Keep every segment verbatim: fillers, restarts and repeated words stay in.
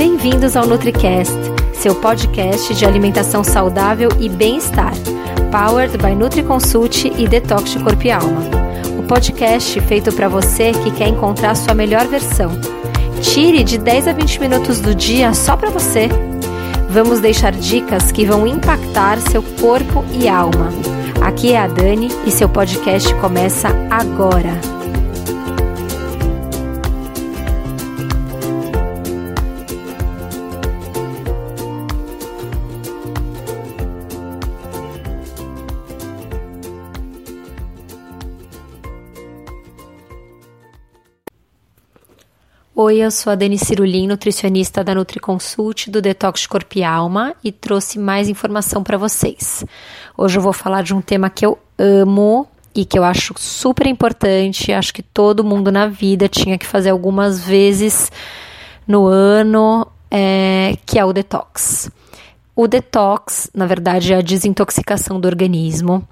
Bem-vindos ao NutriCast, seu podcast de alimentação saudável e bem-estar, powered by NutriConsult e Detox de Corpo e Alma. O podcast feito para você que quer encontrar sua melhor versão. Tire de dez a vinte minutos do dia só para você. Vamos deixar dicas que vão impactar seu corpo e alma. Aqui é a Dani e seu podcast começa agora. Oi, eu sou a Dani Cirulim, nutricionista da NutriConsult do Detox de Corpo e Alma e trouxe mais informação para vocês. Hoje eu vou falar de um tema que eu amo e que eu acho super importante, acho que todo mundo na vida tinha que fazer algumas vezes no ano, é, que é o detox. O detox, na verdade, é a desintoxicação do organismo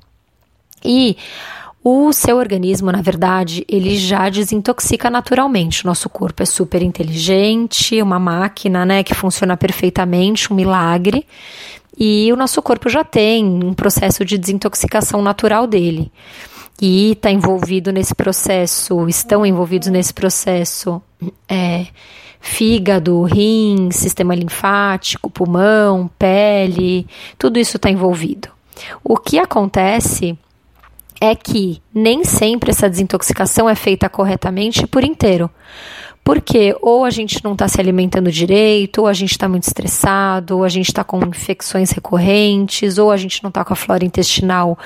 e o seu organismo, na verdade, ele já desintoxica naturalmente. O nosso corpo é super inteligente, uma máquina, né, que funciona perfeitamente, um milagre. E o nosso corpo já tem um processo de desintoxicação natural dele. E está envolvido nesse processo, estão envolvidos nesse processo é, fígado, rim, sistema linfático, pulmão, pele, tudo isso está envolvido. O que acontece é que nem sempre essa desintoxicação é feita corretamente por inteiro. Porque ou a gente não está se alimentando direito, ou a gente está muito estressado, ou a gente está com infecções recorrentes, ou a gente não está com a flora intestinal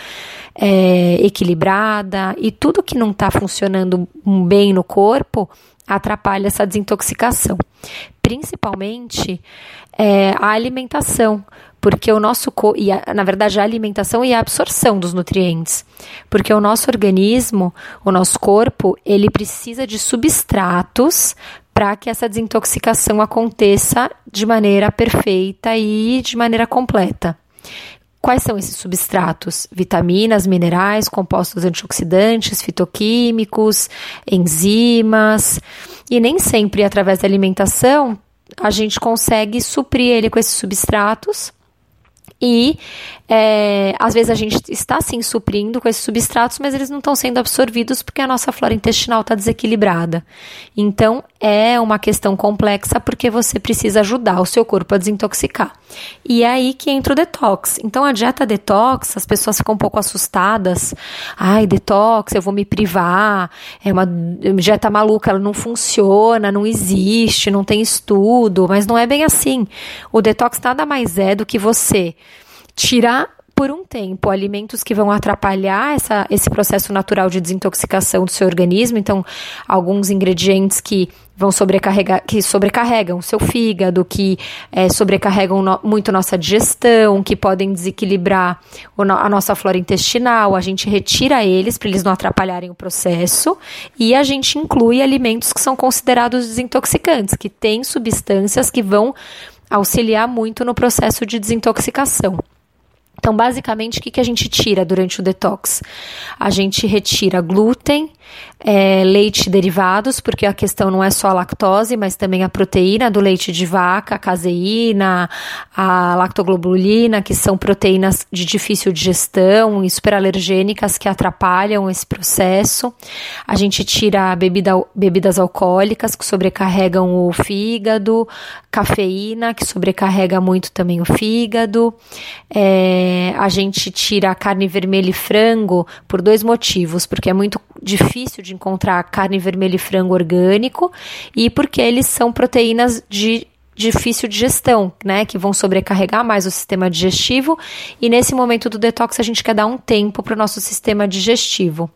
é, equilibrada, e tudo que não está funcionando bem no corpo atrapalha essa desintoxicação. Principalmente é, a alimentação, porque o nosso corpo, na verdade a alimentação e a absorção dos nutrientes, porque o nosso organismo, o nosso corpo, ele precisa de substratos para que essa desintoxicação aconteça de maneira perfeita e de maneira completa. Quais são esses substratos? Vitaminas, minerais, compostos antioxidantes, fitoquímicos, enzimas, e nem sempre através da alimentação a gente consegue suprir ele com esses substratos. E, é, às vezes, a gente está, sim, suprindo com esses substratos, mas eles não estão sendo absorvidos porque a nossa flora intestinal está desequilibrada. Então, é uma questão complexa porque você precisa ajudar o seu corpo a desintoxicar. E é aí que entra o detox. Então, a dieta detox, as pessoas ficam um pouco assustadas. Ai, detox, eu vou me privar. É uma dieta maluca, ela não funciona, não existe, não tem estudo. Mas não é bem assim. O detox nada mais é do que você tirar por um tempo alimentos que vão atrapalhar essa, esse processo natural de desintoxicação do seu organismo. Então, alguns ingredientes que vão sobrecarregar, que sobrecarregam o seu fígado, que é, sobrecarregam no, muito nossa digestão, que podem desequilibrar o, a nossa flora intestinal. A gente retira eles para eles não atrapalharem o processo e a gente inclui alimentos que são considerados desintoxicantes, que têm substâncias que vão auxiliar muito no processo de desintoxicação. Então, basicamente, o que, que a gente tira durante o detox? A gente retira glúten, é, leite e derivados, porque a questão não é só a lactose, mas também a proteína do leite de vaca, a caseína, a lactoglobulina, que são proteínas de difícil digestão e superalergênicas que atrapalham esse processo. A gente tira bebida, bebidas alcoólicas, que sobrecarregam o fígado, cafeína, que sobrecarrega muito também o fígado. É, a gente tira a carne vermelha e frango por dois motivos, porque é muito difícil de encontrar carne vermelha e frango orgânico e porque eles são proteínas de difícil digestão, né, que vão sobrecarregar mais o sistema digestivo e nesse momento do detox a gente quer dar um tempo para o nosso sistema digestivo.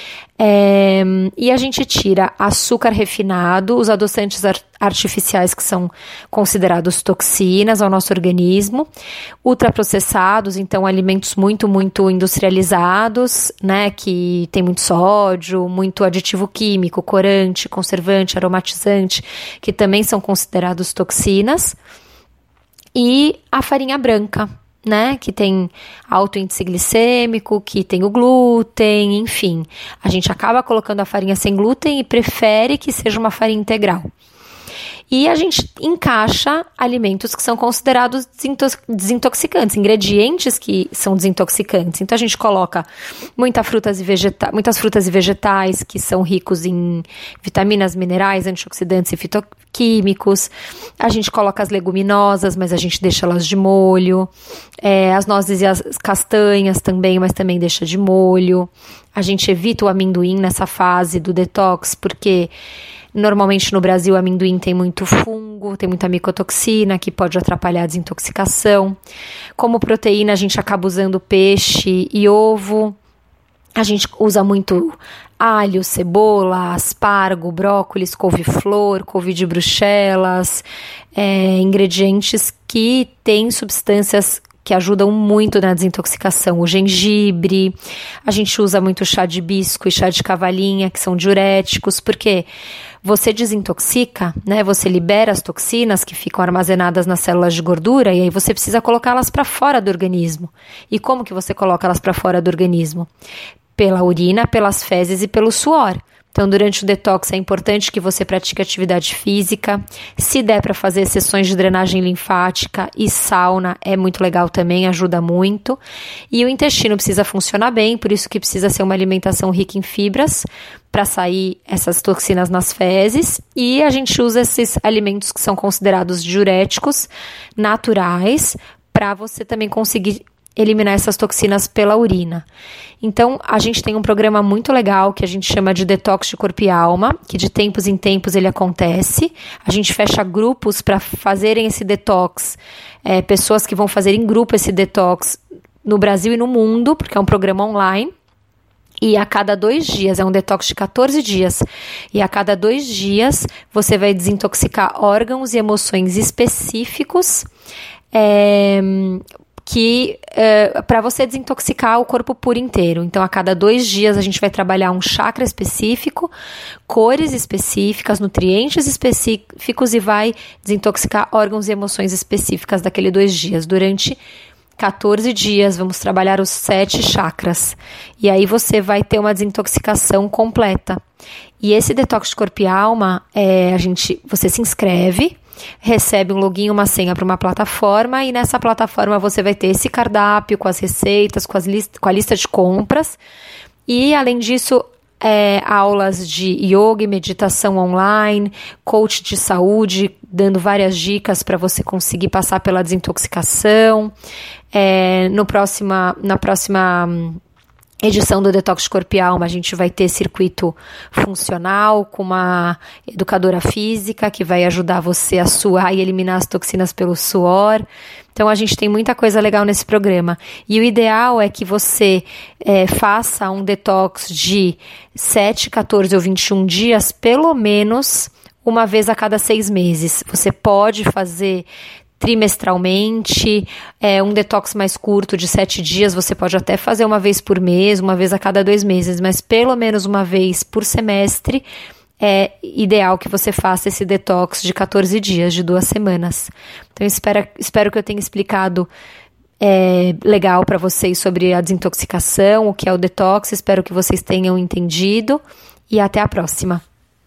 É, e a gente tira açúcar refinado, os adoçantes ar- artificiais que são considerados toxinas ao nosso organismo, ultraprocessados, então alimentos muito, muito industrializados, né, que tem muito sódio, muito aditivo químico, corante, conservante, aromatizante, que também são considerados toxinas, e a farinha branca, né, que tem alto índice glicêmico, que tem o glúten, enfim. A gente acaba colocando a farinha sem glúten e prefere que seja uma farinha integral. E a gente encaixa alimentos que são considerados desintoxicantes, ingredientes que são desintoxicantes. Então a gente coloca muita frutas e vegeta- muitas frutas e vegetais que são ricos em vitaminas, minerais, antioxidantes e fitoquímicos. A gente coloca as leguminosas, mas a gente deixa elas de molho. É, as nozes e as castanhas também, mas também deixa de molho. A gente evita o amendoim nessa fase do detox, porque normalmente no Brasil o amendoim tem muito fungo, tem muita micotoxina que pode atrapalhar a desintoxicação. Como proteína, a gente acaba usando peixe e ovo. A gente usa muito alho, cebola, aspargo, brócolis, couve-flor, couve de bruxelas, é, ingredientes que têm substâncias que ajudam muito na desintoxicação. O gengibre, a gente usa muito chá de hibisco e chá de cavalinha, que são diuréticos, porque você desintoxica, né? Você libera as toxinas que ficam armazenadas nas células de gordura e aí você precisa colocá-las para fora do organismo. E como que você coloca elas para fora do organismo? Pela urina, pelas fezes e pelo suor. Então, durante o detox é importante que você pratique atividade física. Se der para fazer sessões de drenagem linfática e sauna, é muito legal também, ajuda muito. E o intestino precisa funcionar bem, por isso que precisa ser uma alimentação rica em fibras para sair essas toxinas nas fezes. E a gente usa esses alimentos que são considerados diuréticos naturais para você também conseguir eliminar essas toxinas pela urina. Então, a gente tem um programa muito legal que a gente chama de Detox de Corpo e Alma, que de tempos em tempos ele acontece. A gente fecha grupos para fazerem esse detox, é, pessoas que vão fazer em grupo esse detox no Brasil e no mundo, porque é um programa online. E a cada dois dias, é um detox de catorze dias, e a cada dois dias você vai desintoxicar órgãos e emoções específicos, é, que é, para você desintoxicar o corpo por inteiro. Então, a cada dois dias a gente vai trabalhar um chakra específico, cores específicas, nutrientes específicos e vai desintoxicar órgãos e emoções específicas daqueles dois dias. Durante catorze dias, vamos trabalhar os sete chakras. E aí você vai ter uma desintoxicação completa. E esse detox de corpo e alma, é, a gente, você se inscreve, recebe um login, uma senha para uma plataforma e nessa plataforma você vai ter esse cardápio com as receitas, com, as list- com a lista de compras e além disso é, aulas de yoga e meditação online, coach de saúde, dando várias dicas para você conseguir passar pela desintoxicação. É, no próxima, na próxima edição do Detox de Corpo e Alma, a gente vai ter circuito funcional com uma educadora física que vai ajudar você a suar e eliminar as toxinas pelo suor. Então, a gente tem muita coisa legal nesse programa. E o ideal é que você é, faça um detox de sete, catorze ou vinte e um dias, pelo menos uma vez a cada seis meses. Você pode fazer trimestralmente, é, um detox mais curto de sete dias, você pode até fazer uma vez por mês, uma vez a cada dois meses, mas pelo menos uma vez por semestre é ideal que você faça esse detox de catorze dias, de duas semanas. Então, espero, espero que eu tenha explicado é, legal para vocês sobre a desintoxicação, o que é o detox, espero que vocês tenham entendido e até a próxima.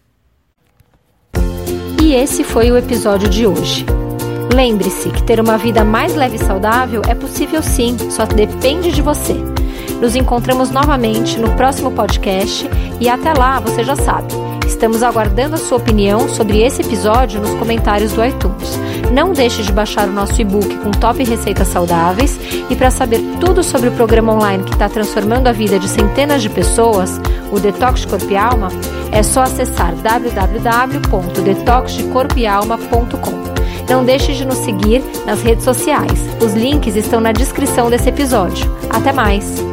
E esse foi o episódio de hoje. Lembre-se que ter uma vida mais leve e saudável é possível sim, só depende de você. Nos encontramos novamente no próximo podcast e até lá, você já sabe, estamos aguardando a sua opinião sobre esse episódio nos comentários do iTunes. Não deixe de baixar o nosso e-book com top receitas saudáveis e para saber tudo sobre o programa online que está transformando a vida de centenas de pessoas, o Detox de Corpo e Alma, é só acessar w w w ponto detox de corpo e alma ponto com. Não deixe de nos seguir nas redes sociais. Os links estão na descrição desse episódio. Até mais!